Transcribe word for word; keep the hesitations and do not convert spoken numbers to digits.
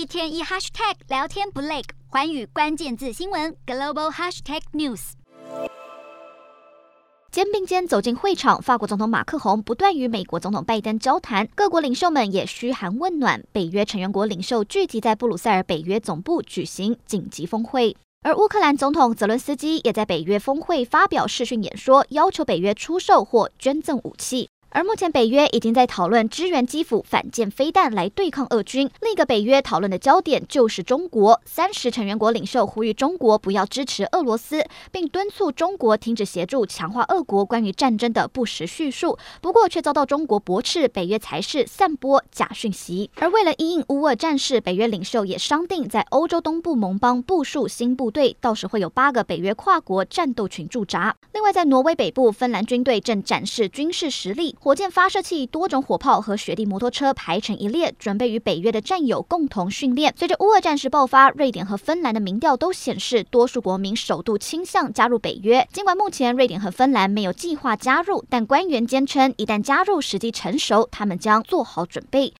天一 hashtag 聊天不累，寰宇关键字新闻 global hashtag news。肩并肩走进会场，法国总统马克宏不断与美国总统拜登交谈，各国领袖们也嘘寒问暖。北约成员国领袖聚集在布鲁塞尔北约总部举行紧急峰会。而乌克兰总统泽伦斯基也在北约峰会发表视讯演说，要求北约出售或捐赠武器。而目前北约已经在讨论支援基辅反舰飞弹来对抗俄军。另一个北约讨论的焦点就是中国，三十成员国领袖呼吁中国不要支持俄罗斯，并敦促中国停止协助强化俄国关于战争的不实叙述。不过却遭到中国驳斥，北约才是散播假讯息。而为了因应乌俄战事，北约领袖也商定在欧洲东部盟邦部署新部队，到时会有八个北约跨国战斗群驻扎。另外，在挪威北部，芬兰军队正展示军事实力。火箭发射器、多种火炮和雪地摩托车排成一列，准备与北约的战友共同训练。随着乌俄战事爆发，瑞典和芬兰的民调都显示，多数国民首度倾向加入北约。尽管目前瑞典和芬兰没有计划加入，但官员坚称，一旦加入时机成熟，他们将做好准备。